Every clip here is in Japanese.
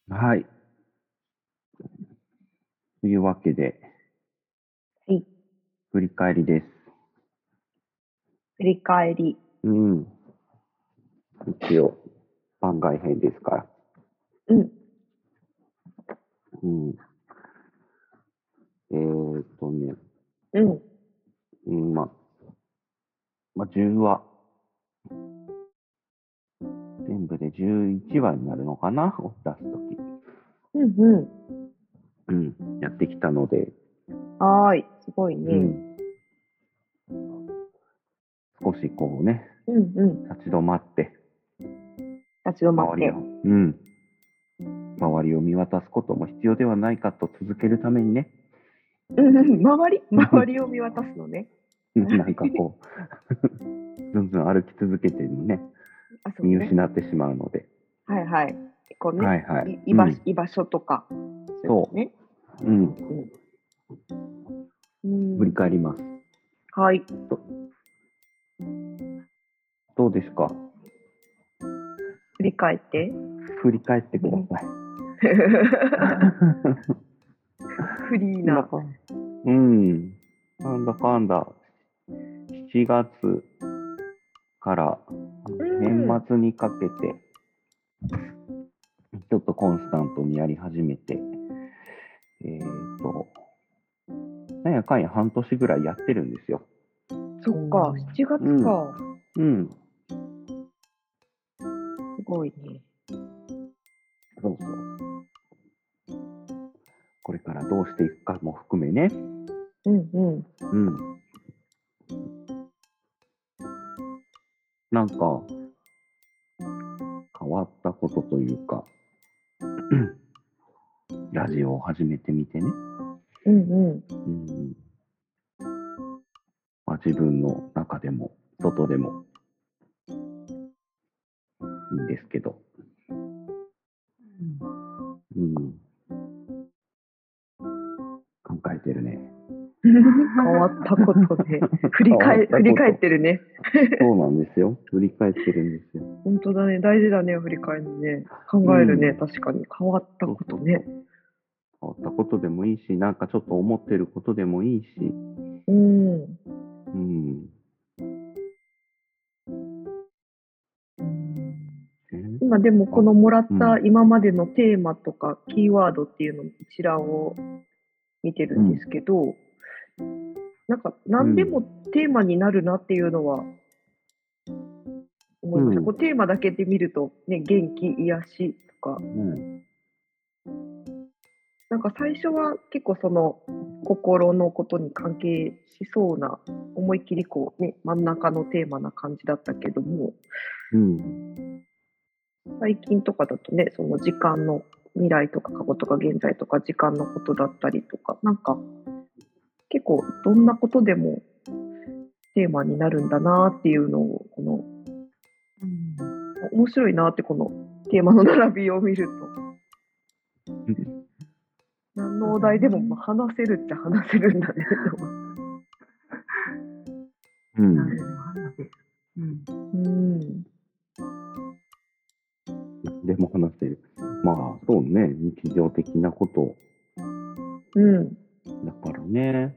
はい。というわけで、 はい。 振り返りです。 振り返り。 うん。一応、番外編ですから。 うん。 うん。ね、 うん。 うん、10話、全部で11話になるのかなを出すとき。 うんううん。やってきたので、 ん。はーい。すごいね。 うん。少しこうね、 うんうん。 立ち止まって、 立ち止まって。 周りを、うん。周りを見渡すことも必要ではないかと続けるためにね、 うんうん。周りを見渡すのね。 なんかこう、ずんずん歩き続けてもね、 あ、そう見ね。 失ってしまうので。 はいはい。こうね。 はいはい。うん。 居場所とか。そういうこそとね。 う。うん。 うん。 振り返ります。 はい。 どうですか？ 振り返って。 振り返ってください。 フリーな。 なんだか、うん。なんだかんだ、7月からう年ん。 末にかけて、ちょっとコンスタントにやり始めて、えっと、なんやかんや半年ぐらいやってるんですよ。 そっか。7月うん。 か。 うん。 すごいね。 そうそう。これからどうしていくかも含めね。 うんうん。 うん。なんか、変わったことというか、ラジオを始めてみてね。 うんうん。 うん。自分の中でも、外でもいいんですけど。うん。考えてるね。 変わったことで、 変わった振り返っこと。 てるね。 そうなんですよ。振り返ってるんですよ。 本当だね。大事だね。振り返るのね。考うえるね。 ん。 確かに。変わったそうことね。 そうそう。変わったことでもいいし、なんかちょっと思ってることでもいいし。 うん。 うん。 今でもこあ、 のもらったうん。 今までのテーマとかキーワードっていうの一覧を見てるんですうん。 けど、なんかうん。 何でもテーマになるなっていうのは思いました。 うん。 こうテーマだけで見るとね、元気、癒しとか、 うん。 なんか最初は結構その心のことに関係しそうな思いっきりこうね、真ん中のテーマな感じだったけども、 うん。 最近とかだとね、その時間の未来とか過去とか現在とか時間のことだったりとか、なんか結構どんなことでもテーマになるんだなっていうのを、この面白いなってこのテーマの並びを見ると、何のお題でもまあ話せるっちゃ話せるんだねと思って。 うん。 うん。 でも話せる。そうね。日常的なことうん。 だからね。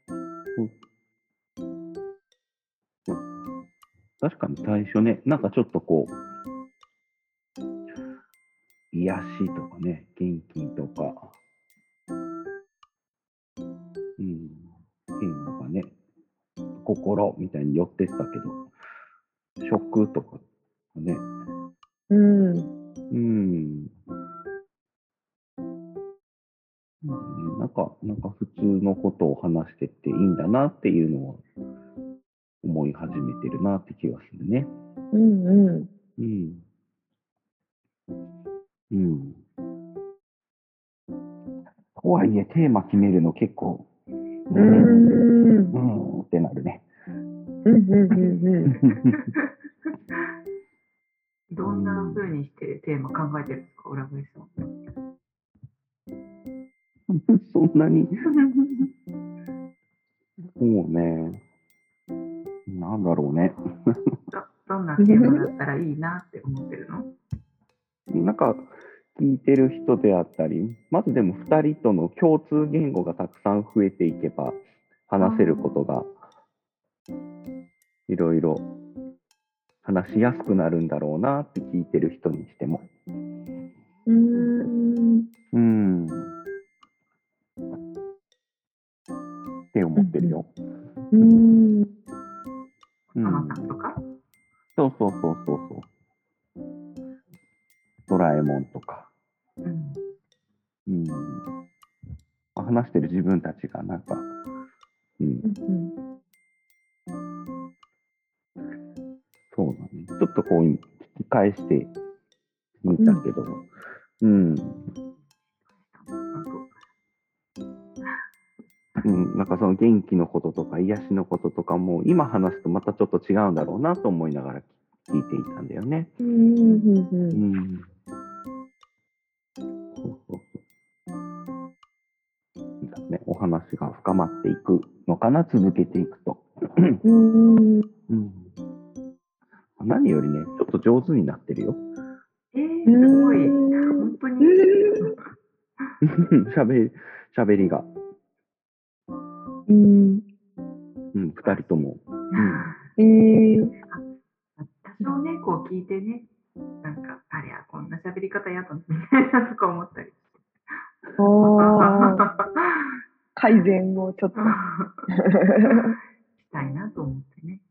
確かに最初ね、なんかちょっとこう、癒しとかね、元気とか、うん、変のがね、心みたいに寄ってったけど、食とかね、 うん。 うん、なんか普通のことを話してっていいんだなっていうのを思い始めてるなって気がするね。 うんうん。 うん、うん。とはいえ、テーマ決めるの結構、 うん。 ってなるね。 うんうんうんうん。 どんな風にしてテーマ考えてるんですか、浦上さん。 そんなに、もうね、なんだろうね。 どんなテーマだったらいいなって思ってるの？ なんか、気聞いてる人であったり、まずでも2人との共通言語がたくさん増えていけば、話せることがいろいろ話しやすくなるんだろうなって聞いてる人にしても。って思ってるよ。 マさんとか。 そう。ドラえもんとか。話してる自分たちがなんか、そうだね。ちょっとこう聞き返してみたけど、なんかその元気のこととか癒しのこととかも今話すとまたちょっと違うんだろうなと思いながら聞いていたんだよね。ね、お話が深まっていくのかな、続けていくと。何よりね、ちょっと上手になってるよ。 すごい。本当に。 喋りが。2人とも。 多少ね、こう聞いてね、なんか、ありゃ、こんな喋り方やだみたいなとか思ったり。 改善をちょっとしたいなと思ってね。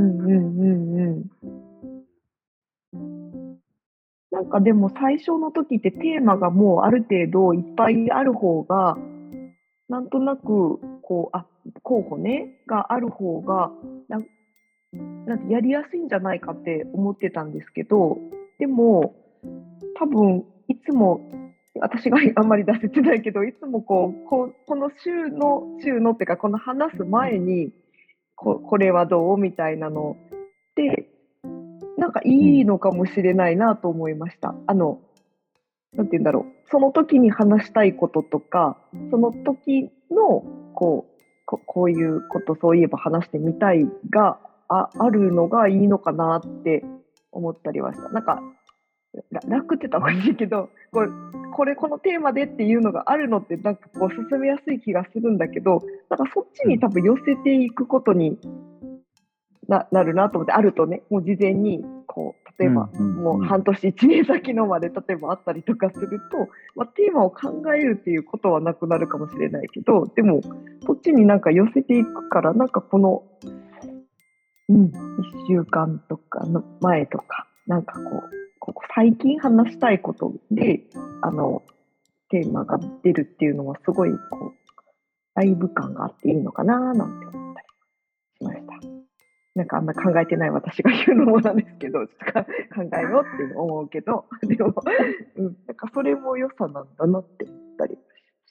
なんかでも最初の時ってテーマがもうある程度いっぱいある方がなんとなくこう候補ねがある方がなんてやりやすいんじゃないかって思ってたんですけど、でも多分いつも私があんまり出せてないけど、いつもこの週のっていうかこの話す前にこれはどうみたいなのでなんかいいのかもしれないなと思いました。なんて言うんだろう、その時に話したいこととか、その時のこういうことそういえば話してみたいがあるのがいいのかなって思ったりはした。なんか楽って言ったらおかしいけど、このテーマでっていうのがあるのってなんかこう進めやすい気がするんだけど、なんかそっちに多分寄せていくことになるなと思って、あるとね、もう事前にこう例えばもう半年1年先のまで例えばあったりとかすると、テーマを考えるっていうことはなくなるかもしれないけど、でもそっちになんか寄せていくからなんかこの、1週間とかの前とかなんかここ最近話したいことでテーマが出るっていうのはすごいこうライブ感があっていいのかななんて思ったりしました。なんかあんま考えてない私が言うのもなんですけど、考えようって思うけど、でも、なんかそれも良さなんだなって思ったりし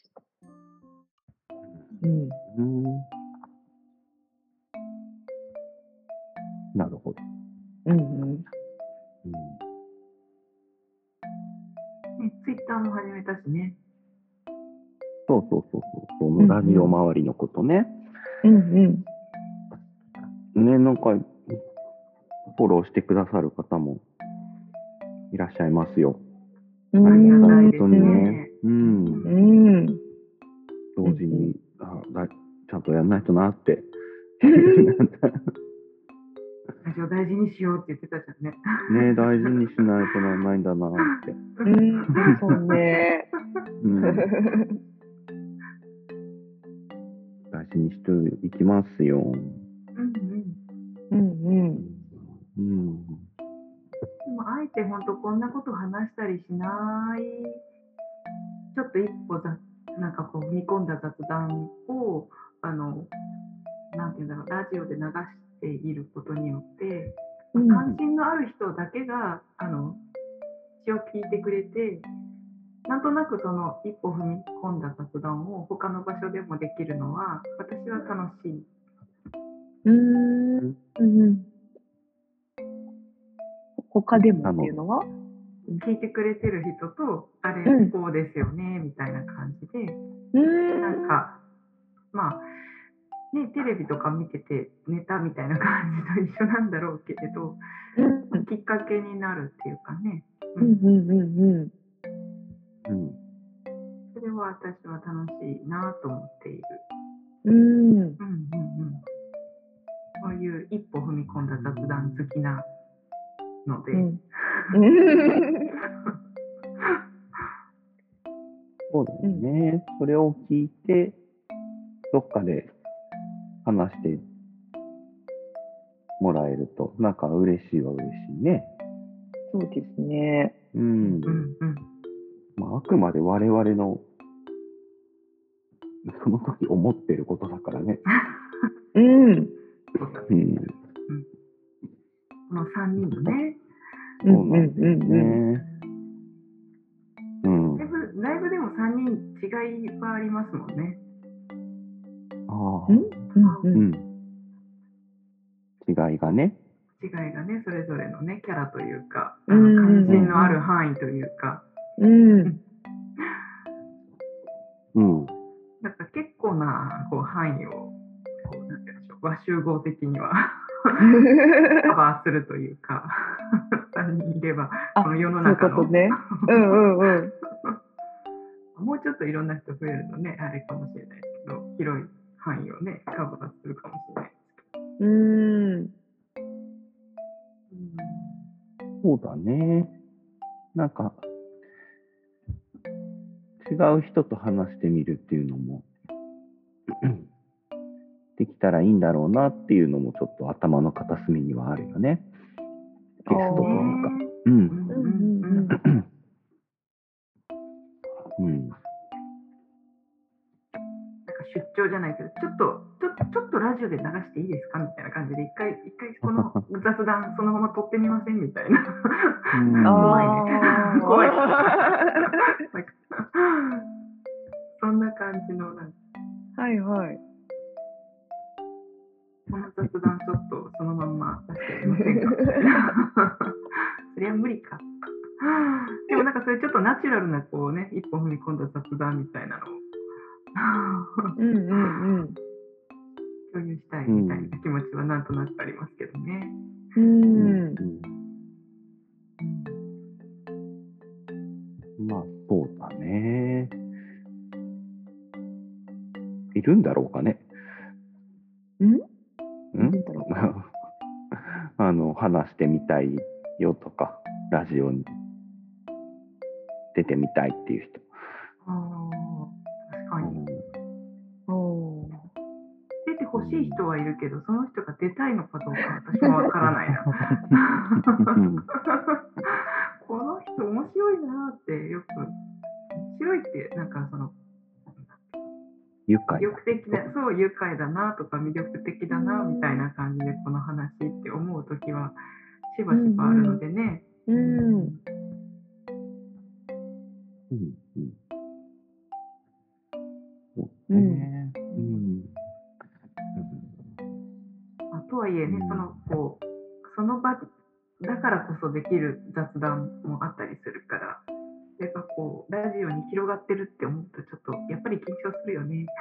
なるほど。 ツイッターも始めたしね。 そう。そのラジオ周りのことね。なんかフォローしてくださる方もいらっしゃいますよ。 ありがたいですね。 同時にちゃんとやんないとなって。 ラジオ大事にしようって言ってたじゃんね。 ね、大事にしないとならないんだなって。 そうね。 大事にしていきますよ。 でもあえて本当こんなこと話したりしない、ちょっと一歩なんかこう踏み込んだ雑談をなんていうんだろう、ラジオで流していることによって、関心のある人だけが詩を聞いてくれて、なんとなくその一歩踏み込んだ雑談を他の場所でもできるのは私は楽しい。 他でもっていうのは聞いてくれてる人とあれこうですよねみたいな感じで、なんかね、テレビとか見ててネタみたいな感じと一緒なんだろうけれど、きっかけになるっていうかね。 うん。 それは私は楽しいなと思っている。 うん。 うんうんうん。そういう一歩踏み込んだ雑談好きなので、 うん。 そうだよね。それを聞いて、どっかで話してもらえると、なんか嬉しいは嬉しいね。 そうですね。 うん。 うんうん。 まあ、あくまで我々の、その時思ってることだからね。 うん。 そうだね。 うん。 この3人のね、 そうなんだようん。 ね。うん。 ライブでも3人違いはありますもんね。 ああ。 うん。 うん。違いがね。 違いがね、それぞれのね、キャラというか、 うん関心のある範囲というか、 うん。 うん。 なんか結構なこう範囲をこうなんて言うんでしょう、和集合的にはカバーするというか、3人いればあ、 この世のそういうこ中のとね。うん。 もうちょっといろんな人増えるのね、あれかもしれないですけど、広い範囲をね、カバーするかもしれないですけど。 うん。 そうだね。なんか、違う人と話してみるっていうのも、できたらいいんだろうなっていうのも、ちょっと頭の片隅にはあるよね。ゲストというか。うん。うん。 なんか出張じゃないけど、ちょっとラジオで流していいですかみたいな感じで、一回この雑談そのまま撮ってみませんみたいな。怖いね。怖い。なんかそんな感じの、なんかはいはい。 この雑談ちょっとそのまんま出してみませんかみたいな。そりゃ無理か。でもなんかそれちょっとナチュラルなこうね、一歩踏み込んだ雑談みたいなのを共有したいみたいな気持ちはなんとなくありますけどね。 まあ、そうだね。いるんだろうかね。話してみたいよとか、ラジオに出てみたいっていう人。 確かに。出てほしい人はいるけど、その人が出たいのかどうか私もわからないな。この人面白いなってよく、面白いってなんかその愉快魅力的な、そう愉快だなとか魅力的だなみたいな感じでこの話って思うときはしばしばあるのでね。とはいえね、その場だからこそできる雑談もあったりするから、それがこうラジオに広がってるって思うとちょっとやっぱり緊張するよね。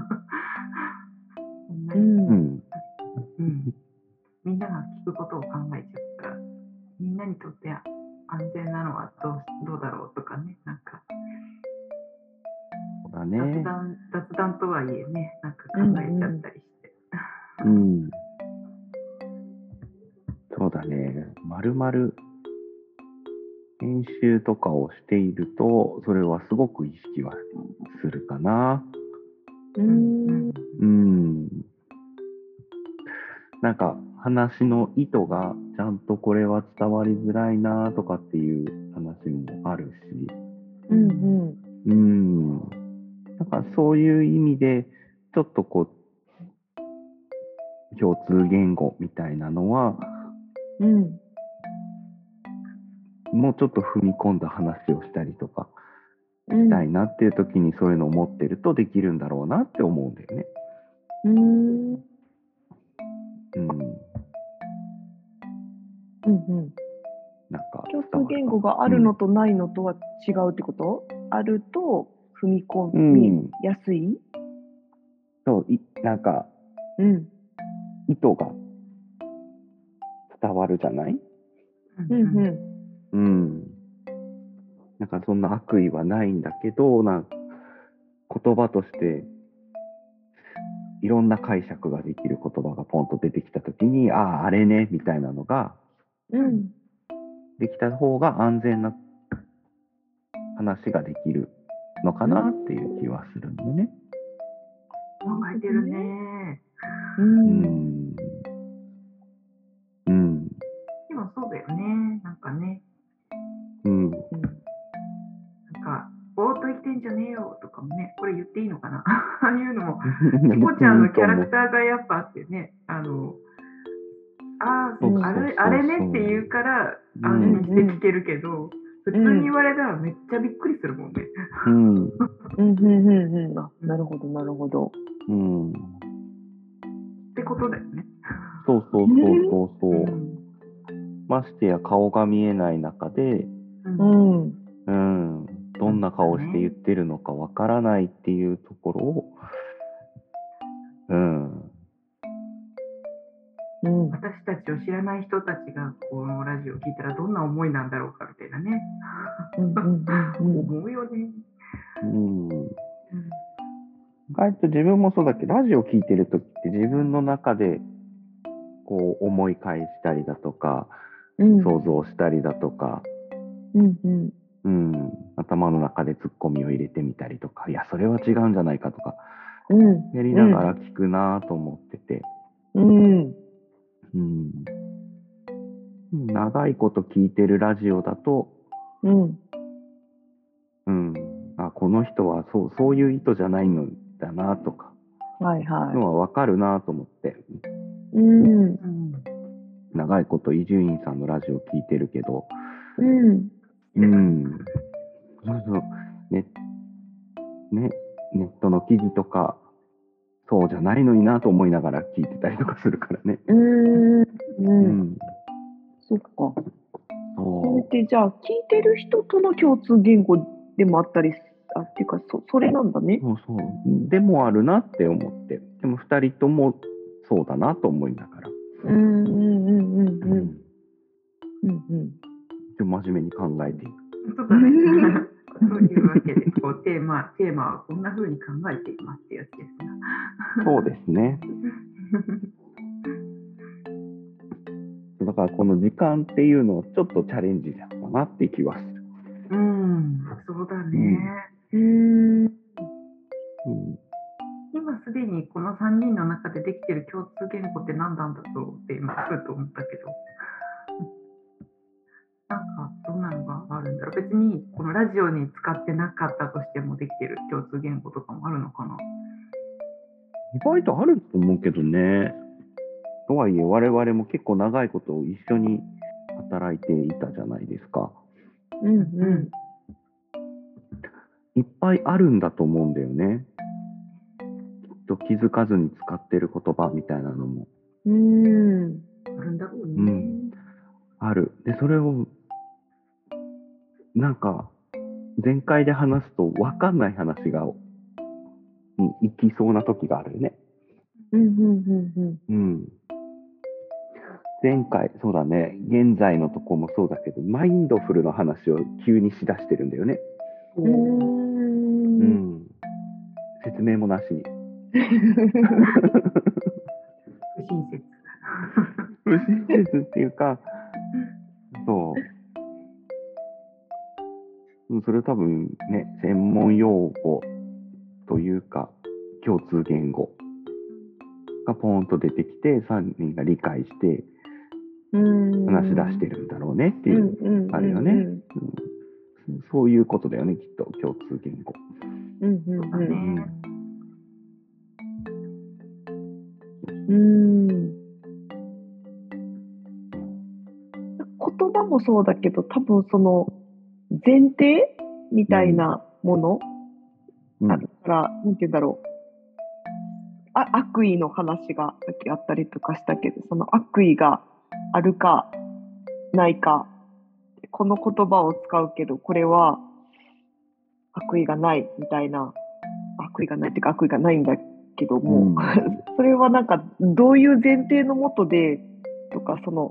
みんなが聞くことを考えちゃったら、みんなにとって安全なのはどうだろうとかね、なんか雑談とはいえね、なんか考えちゃったりして。 そうだね。まるまる編集とかをしていると、それはすごく意識はするかな。なんか話の意図がちゃんとこれは伝わりづらいなとかっていう話もあるし、だからそういう意味でちょっとこう共通言語みたいなのは、もうちょっと踏み込んだ話をしたりとかしたいなっていう時にそういうのを持ってるとできるんだろうなって思うんだよね。なんか共通言語があるのとないのとは違うってこと？あると踏み込みやすい？ そうなんか、意図が伝わるじゃない？ なんかそんな悪意はないんだけど、言葉としていろんな解釈ができる言葉がポンと出てきたときに、ああ、あれね、みたいなのがうんできた方が安全な話ができるのかなっていう気はするんでね。 考えてるね。 ううんん。うん。 でもそうだよね。なんかね、 うん。 なんか、ぼーっと生きてんじゃねえよとかもね、これ言っていいのかなああいうのも、チコちゃんのキャラクターがやっぱあってね、 そうあれそうそうねって言うから安うん心して聞けるけど、普通に言われたらめっちゃびっくりするもんね。 うん。 なるほど、なるほど。 うん。 ってことだよね。 そうそうそうそうそう。 うんましてや顔が見えない中で、 うん。 うん。どんな顔して言ってるのかわからないっていうところを、うん。 私たちを知らない人たちがこのラジオを聞いたらどんな思いなんだろうかみたいなね。思うよね。 うん。意外と自分もそうだけど、ラジオ聞いてるときって自分の中でこう思い返したりだとか、想像したりだとか、うん、頭の中でツッコミを入れてみたりとか、いや、それは違うんじゃないかとか、やりながら聞くなと思ってて、うん、長いこと聞いてるラジオだと、この人はそういう意図じゃないのだなとか、のは分かるなと思って、長いこと伊集院さんのラジオ聞いてるけど、そうそう、ネットの記事とか、そうじゃないのになと思いながら聞いてたりとかするからね。 そっか。 そそれってじゃあ、聞いてる人との共通言語でもあったりっていうか、それなんだね。 そうでもあるなって思って、でも2人ともそうだなと思いながら。でも真面目に考えていく。 そうだね。そういうわけでこうテーマはこんな風に考えていますってやつですな。 そうですね。だからこの時間っていうのをちょっとチャレンジだったなって気はする。 そうだね。今すでにこの3人の中でできてる共通言語って何なんだろうって今ふと思ったけど、なんかどんなのがあるんだろう。別にこのラジオに使ってなかったとしてもできてる共通言語とかもあるのかな。 意外とあると思うけどね。とはいえ我々も結構長いこと一緒に働いていたじゃないですか。いっぱいあるんだと思うんだよね。きっと気づかずに使ってる言葉みたいなのも。 あるんだろうね。 ある。で、それをなんか全開で話すと分かんない話に行きそうな時があるよね。前回、そうだね、現在のとこもそうだけど、マインドフルの話を急にしだしてるんだよね。説明もなしに。 不親切。 不親切っていうか、そう。それ多分ね、専門用語というか、共通言語がポーンと出てきて、3人が理解して話し出してるんだろうねっていう、あれよね。そういうことだよね、きっと、共通言語。 言葉もそうだけど、多分その前提みたいなもの、だから、なんて言うんだろう。悪意の話がさっきあったりとかしたけど、その悪意があるかないか、この言葉を使うけど、これは悪意がないみたいな、悪意がないっていうか悪意がないんだけども、それはなんかどういう前提のもとでとか、その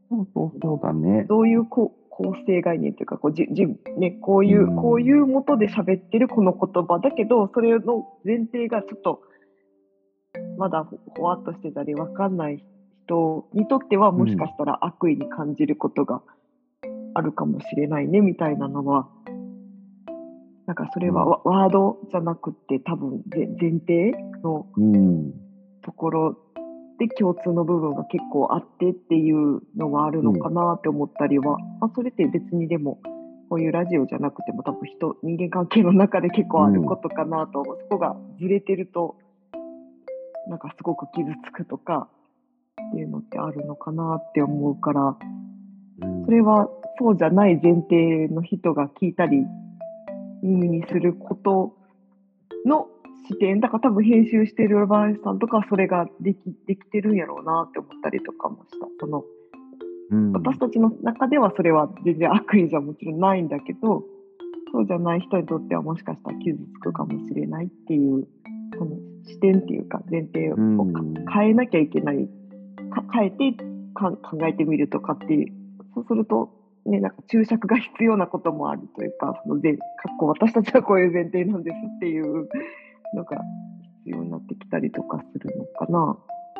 そうだね。 どういう構成概念というかね、こういう元で喋ってるこの言葉だけど、それの前提がちょっとまだほわっとしてたり分かんない人にとっては、もしかしたら悪意に感じることがあるかもしれないねみたいなのは、なんかそれはワードじゃなくて多分前提のところで共通の部分が結構あってっていうのがあるのかなって思ったりは、それって別にでもこういうラジオじゃなくても多分人間関係の中で結構あることかなと、そこがずれてるとなんかすごく傷つくとかっていうのってあるのかなって思うから、それはそうじゃない前提の人が聞いたり耳にすることの視点だから、多分編集してるバーさんとかはそれができてるんやろうなって思ったりとかもした。私たちの中ではそれは全然悪意じゃもちろんないんだけど、そうじゃない人にとってはもしかしたら傷つくかもしれないっていうその視点っていうか前提を変えなきゃいけない、変えて考えてみるとかっていう、そうするとね、なんか注釈が必要なこともあるというか、私たちはこういう前提なんですっていうのが必要になってきたりとかするのかな。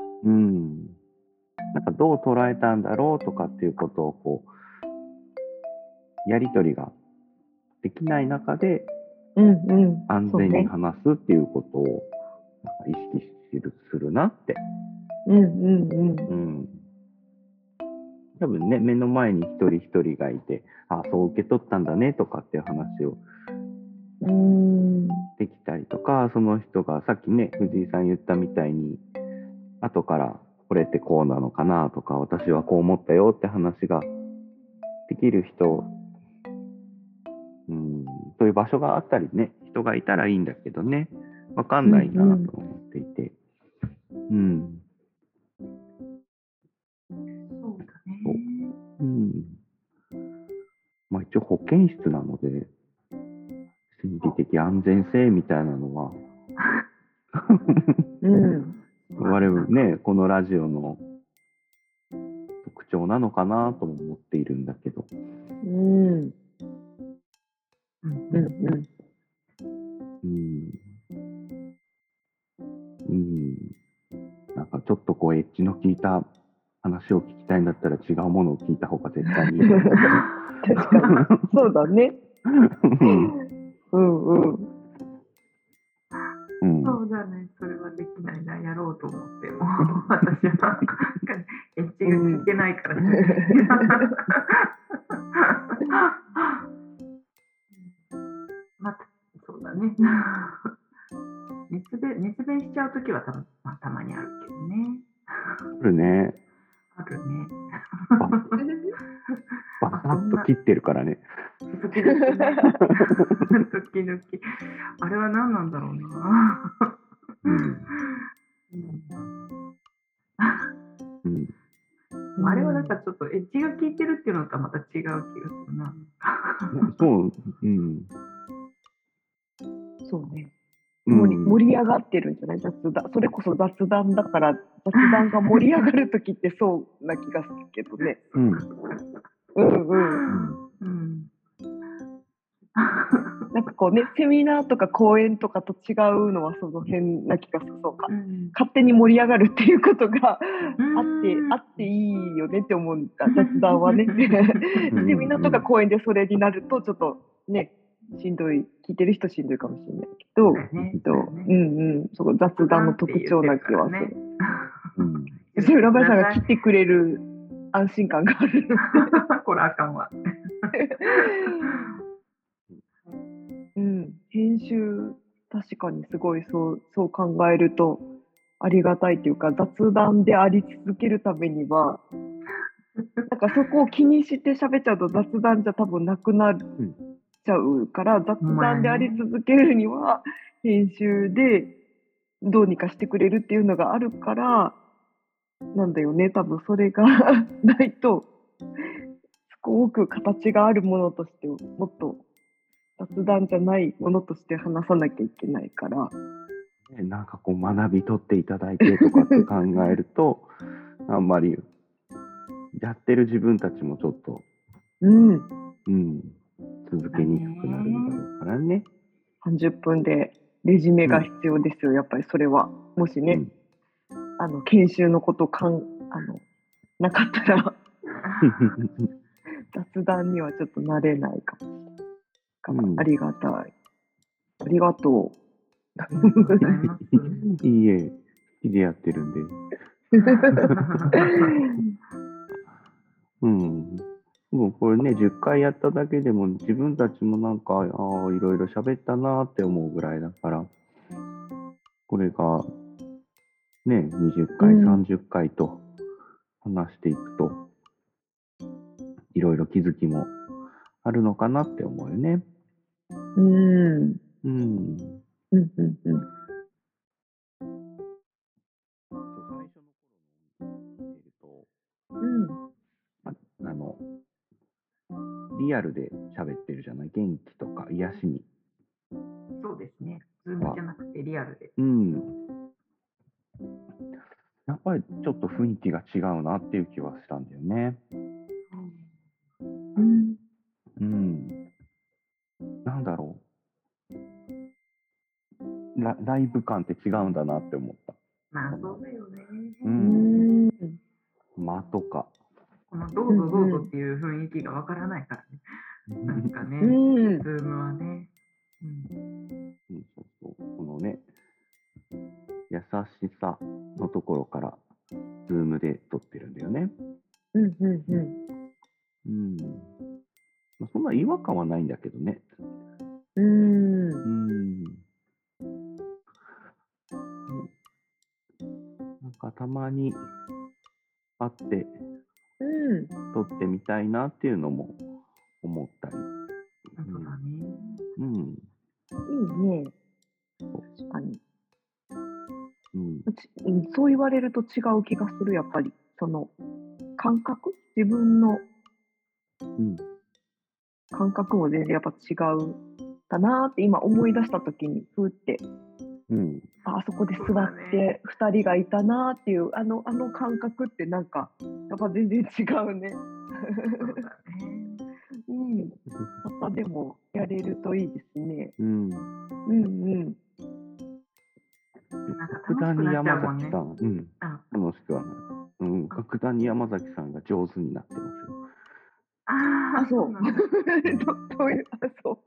なんかどう捉えたんだろうとかっていうことをこうやり取りができない中で安全に話すっていうことをなんか意識するなって。多分ね、目の前に一人一人がいて、そう受け取ったんだねとかっていう話をできたりとか、その人がさっきね、藤井さん言ったみたいに、後からこれってこうなのかなとか、私はこう思ったよって話ができる人、そういう場所があったりね、人がいたらいいんだけどね、わかんないなと思っていて。 そうだね。 まあ一応保健室なので、心理的安全性みたいなのは、我々ね、このラジオの特徴なのかなとも思っているんだけど。なんかちょっとこうエッジの効いた話を聞きたいんだったら違うものを聞いた方が絶対にいい。 確かに。そうだね。 そうだね。それはできないな。やろうと思っても。私はエッジが効いてないから。まあ、そうだね。熱弁しちゃうときはたまにあるけどね。 あるね。 あるね。 バサッと切ってるからね。 時々。あれは何なんだろうな。あれはなんかちょっとエッジが効いてるっていうのとはまた違う気がするな。 そうね。盛り上がってるんじゃない？それこそ雑談だから、雑談が盛り上がるときってそうな気がするけどね。なんかこうね、セミナーとか講演とかと違うのはその辺な気がする。そうか、勝手に盛り上がるっていうことがあっていいよねって思うんだ、雑談はね。セミナーとか講演でそれになるとちょっとね、しんどい、聞いてる人しんどいかもしれないけど、そこ雑談の特徴な気はする。それ浦林さんが切ってくれる安心感がある。 これあかんわ。 編集確かにすごいそう考えるとありがたいというか、雑談であり続けるためにはなんかそこを気にして喋っちゃうと雑談じゃ多分なくなっちゃうから、雑談であり続けるには編集でどうにかしてくれるっていうのがあるからなんだよね。多分それがないとすごく形があるものとしてもっと雑談じゃないものとして話さなきゃいけないから、 なんかこう学び取っていただいてとかって考えるとあんまりやってる自分たちもちょっと、 うん。 続けにくくなるんだろうからね。 30分でレジュメが必要ですよ、やっぱりそれは。もしね、研修のことなかったら雑談にはちょっと慣れないかもしれないから、ありがたい。ありがとう。 ありがとうございます。 いいえ、好きでやってるんで。もうこれね、10回やっただけでも自分たちもなんか、いろいろ喋ったなって思うぐらいだから、これがね、20回、30回と話していくと、いろいろ気づきもあるのかなって思うよね。リアルで喋ってるじゃない、元気とか癒しに。 そうですね。ズームじゃなくてリアルで。 やっぱりちょっと雰囲気が違うなっていう気はしたんだよね。なんだろう。ライブ感って違うんだなって思った。 まあそうだよね。 間とか。 このどうぞどうぞっていう雰囲気がわからないからね。なんかね、ズームはね。 このね、優しさのところから、ズームで撮ってるんだよね。そんな違和感はないんだけどね。なんかたまに会って撮ってみたいなっていうのも思ったり。 そうだね。 いいね。確かに。そう言われると違う気がする、やっぱり。その感覚、自分の感覚も全然やっぱ違うだなって今思い出した時にふーって、あそこで座って2人がいたなっていうあの感覚ってなんかやっぱ全然違うね。またでもやれるといいですね。 格段に山崎さん、楽しくはない。格段に山崎さんが上手になってますよ。 そう。そう。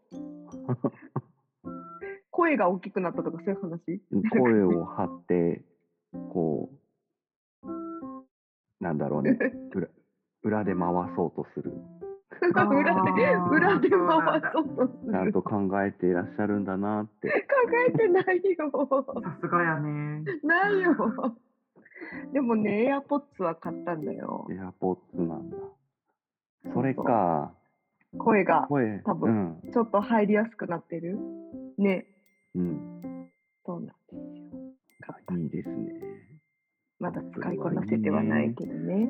声が大きくなったとかそういう話？ 声を張って、こう、なんだろうね、裏で回そうとする。 裏で回そうとする。 ちゃんと考えていらっしゃるんだなって。 考えてないよ。 さすがやね。 ないよ。でもね、エアポッツは買ったんだよ。 エアポッツなんだ。それか。 声が多分、ちょっと入りやすくなってるね。そうなんですよ。 いいですね。 まだ使いこなせてはないけどね。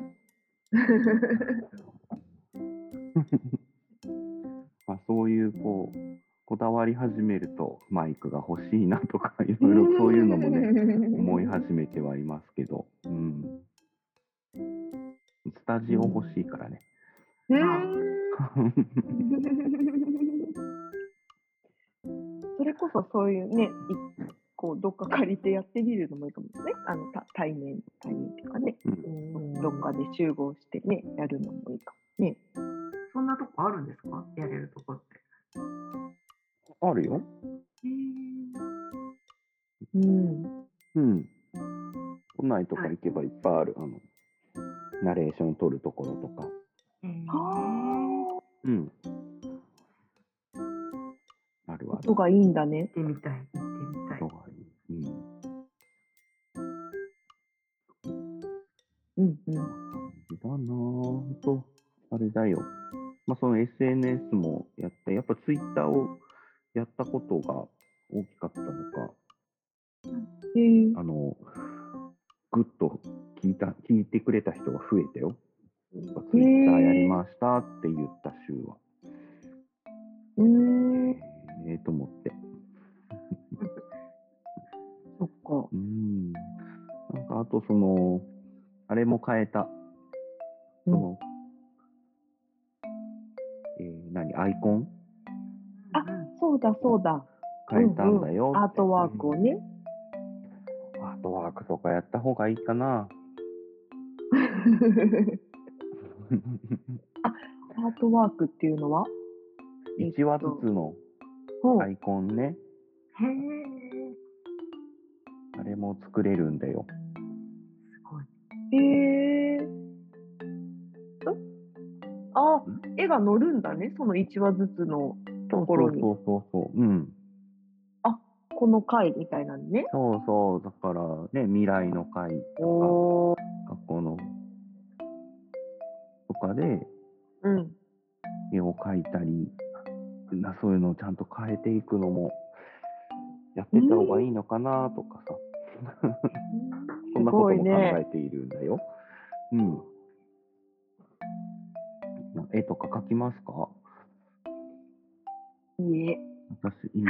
そういうこだわり始めるとマイクが欲しいなとかいろいろそういうのもね思い始めてはいますけど、スタジオ欲しいからね。 それこそそういうね、どっか借りてやってみるのもいいかもですね。対面っていうかね、どっかで集合してね、やるのもいいかもね。 そんなとこあるんですか？やれるとこって。 あるよ。都内とか行けばいっぱいある。ナレーション取るところとか。あるある。 音がいいんだね。 行ってみたい。 音がいい。だなぁと、あれだよ。その SNS もやって、やっぱ Twitter をやったことが大きかったのか、ぐっと聞いてくれた人が増えたよ。Twitter やりましたって言った週は。と思って。 そっか。 なんかあとあれも変えた。 その、アイコンあ、そうだそうだ。 変えたんだよって。 アートワークをね。 アートワークとかやった方がいいかな。 アートワークっていうのは 1話ずつのアイコンね。 へえ。 あれも作れるんだよ。 すごい。 あ、絵が載るんだね、その1話ずつのところに。 そう。うん。 あ、この回みたいなのね。 そう。だからね、未来の回とか、過去のとかで、絵を描いたり、そういうのをちゃんと変えていくのも、やってた方がいいのかなとかさ。そんなことも考えているんだよ。うん。絵とか描きますか？ いいえ。 私、いい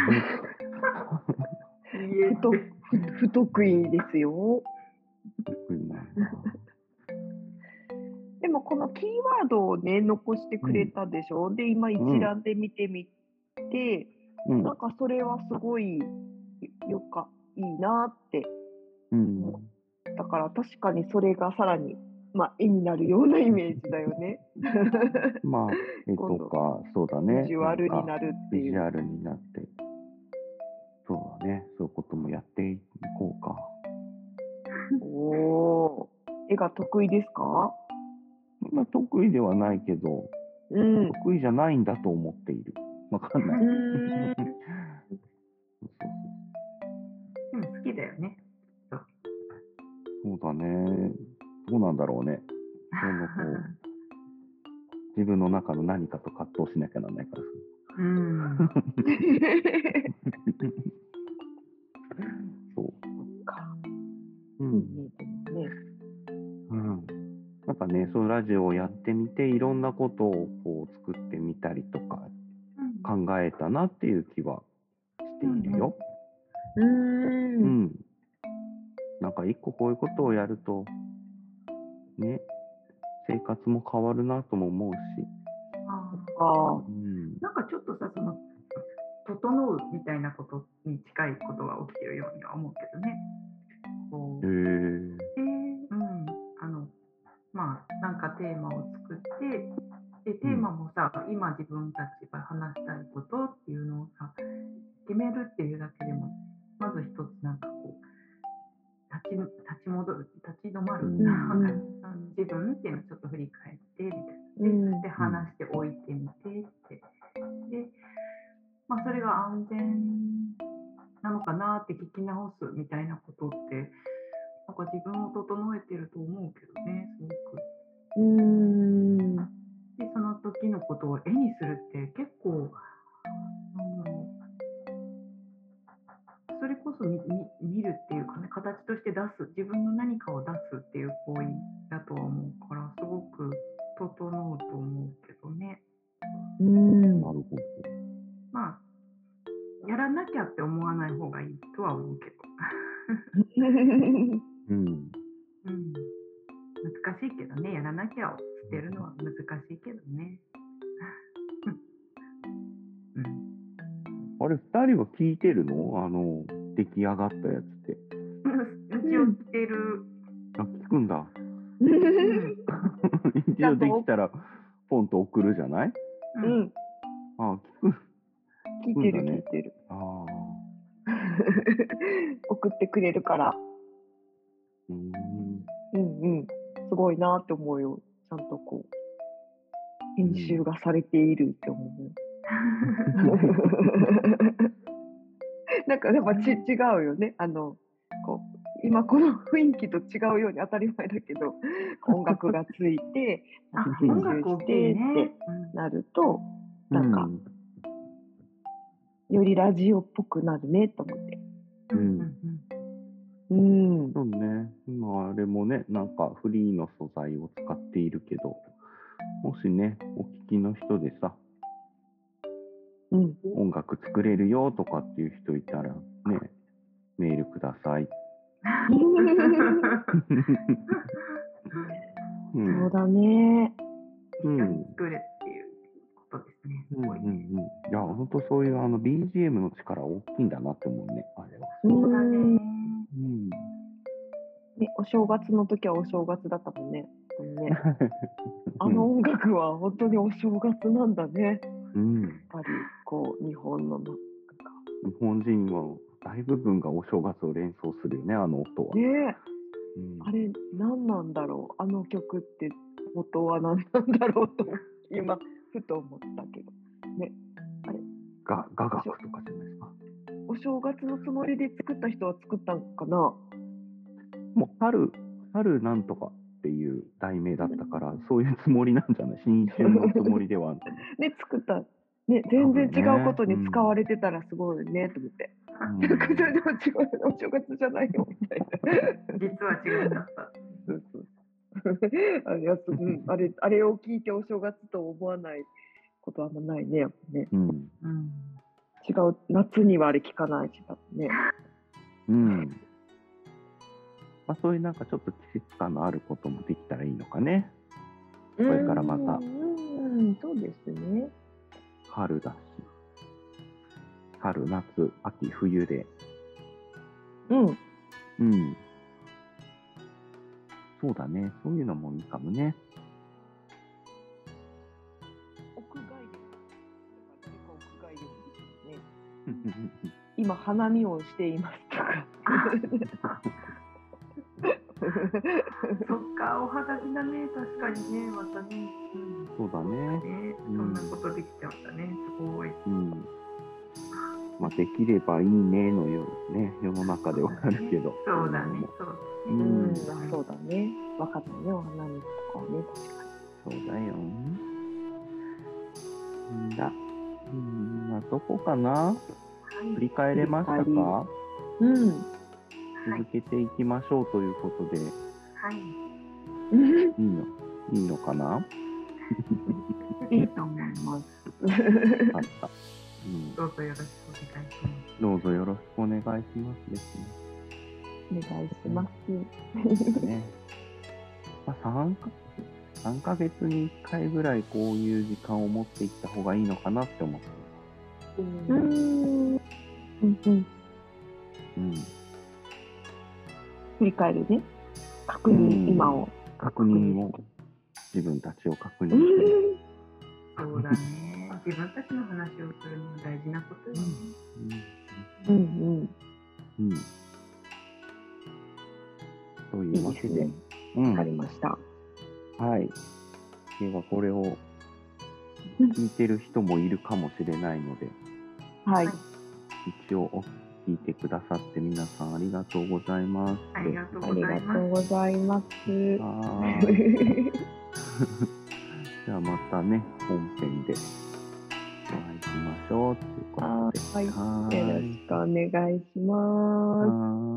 え。不得意ですよ。 得意なんだ。 でもこのキーワードをね、残してくれたでしょ。で、今一覧で見てみて、なんかそれはすごいいいなって。だから確かにそれがさらに、絵になるようなイメージだよね。 絵とか、そうだね。 ビジュアルになるっていう。 ビジュアルになって。そうだね。そういうこともやっていこうか。 おー。絵が得意ですか？ 得意ではないけど、得意じゃないんだと思っている。わかんない。 でも好きだよね。 そうだね。どうなんだろうね。自分の中の何かと葛藤しなきゃならないからさ。そう。なんかね、そういうラジオをやってみて、いろんなことをこう作ってみたりとか、考えたなっていう気はしているよ。なんか一個こういうことをやると、ね、生活も変わるなとも思うし。 なんかちょっとさ、整うみたいなことに近いことが起きてるようには思うけどね。なんかテーマを作って、でテーマもさ、今自分たちが話したいことっていうのをさ、決めるっていうだけでも、まず一つなんかこう、立ち止まる、自分っていうのをちょっと振り返ってみたいな。で、話しておいてみてって。で、それが安全なのかなって聞き直すみたいなことって、なんか自分を整えてると思うけどね、すごく。で、その時のことを絵にするって結構、それこそ見るっていうかね、形として出す、自分の何かを出すっていう行為だとは思うから、すごく整うと思うけどね。 なるほど。 やらなきゃって思わない方がいいとは思うけど。難しいけどね、やらなきゃを捨てるのは難しいけどね。 あれ、2人は聞いてるの？出来上がったやつって。 一応聞いてる。 聞くんだ。一応できたら、ポンと送るじゃない？ 聞いてる。送ってくれるから。すごいなって思うよ。ちゃんとこう、編集がされているって思う。なんかやっぱ違うよね。今この雰囲気と違うように当たり前だけど、音楽がついて、編集してってなると、なんか、よりラジオっぽくなるねと思って。 そうね。今あれもね、なんかフリーの素材を使っているけど、もしね、お聞きの人でさ、音楽作れるよとかっていう人いたら、ね、メールください。 そうそうだね。 一緒に作れっていうことですね。すごいね。 いや、本当そういう BGM の力大きいんだなって思うね、あれは。 そうだね。 ね、お正月の時はお正月だったもんね。あの音楽は本当にお正月なんだね。やっぱりこう日本の日本人は大部分がお正月を連想するよね、あの音は。 ね、あれ何なんだろう、あの曲って元は何なんだろうと今ふと思ったけどね。あれ雅楽とかじゃないですか。 お正月のつもりで作った人は作ったのかな。 もう春なんとかっていう題名だったから、そういうつもりなんじゃない？新春のつもりではあるんじゃない？ ね、作ったね、全然違うことに使われてたらすごいねと思って。なんかそれでも違う、お正月じゃないよみたいな。 実は違うんだった。 あれを聞いてお正月と思わないことはあんまないね、やっぱね。違う、夏にはあれ聞かないしだね。 そういうなんかちょっと季節感のあることもできたらいいのかね。これからまた。 そうですね。 春だし。春、夏、秋、冬で。そうだね。そういうのもいいかもね。 屋外でね。今花見をしていますとか。 そっか、お花見だね、確かにね、またね。 そうだね。 そんなことできちゃうんだね、すごい。 できればいいねのようね、世の中ではあるけど。 そうだね、 そうだね。分かったね、お花見とかはね、確かに。そうだよ。どこかな？振り返れましたか？続けていきましょうということで。いいのかな？ いいと思います。 どうぞよろしくお願いします。 どうぞよろしくお願いしますですね。 お願いします。 ね。3ヶ月に1回ぐらいこういう時間を持っていった方がいいのかなって思って。 振り返るね。確認を自分たちを確認して。 そうだね。自分たちの話をするのも大事なことよね。 というわけで。 わかりました。 はい。ではこれを聞いてる人もいるかもしれないので、一応聞いてくださって皆さんありがとうございます。 ありがとうございます。 じゃあまたね、本編でお会いしましょうということで。 よろしくお願いします。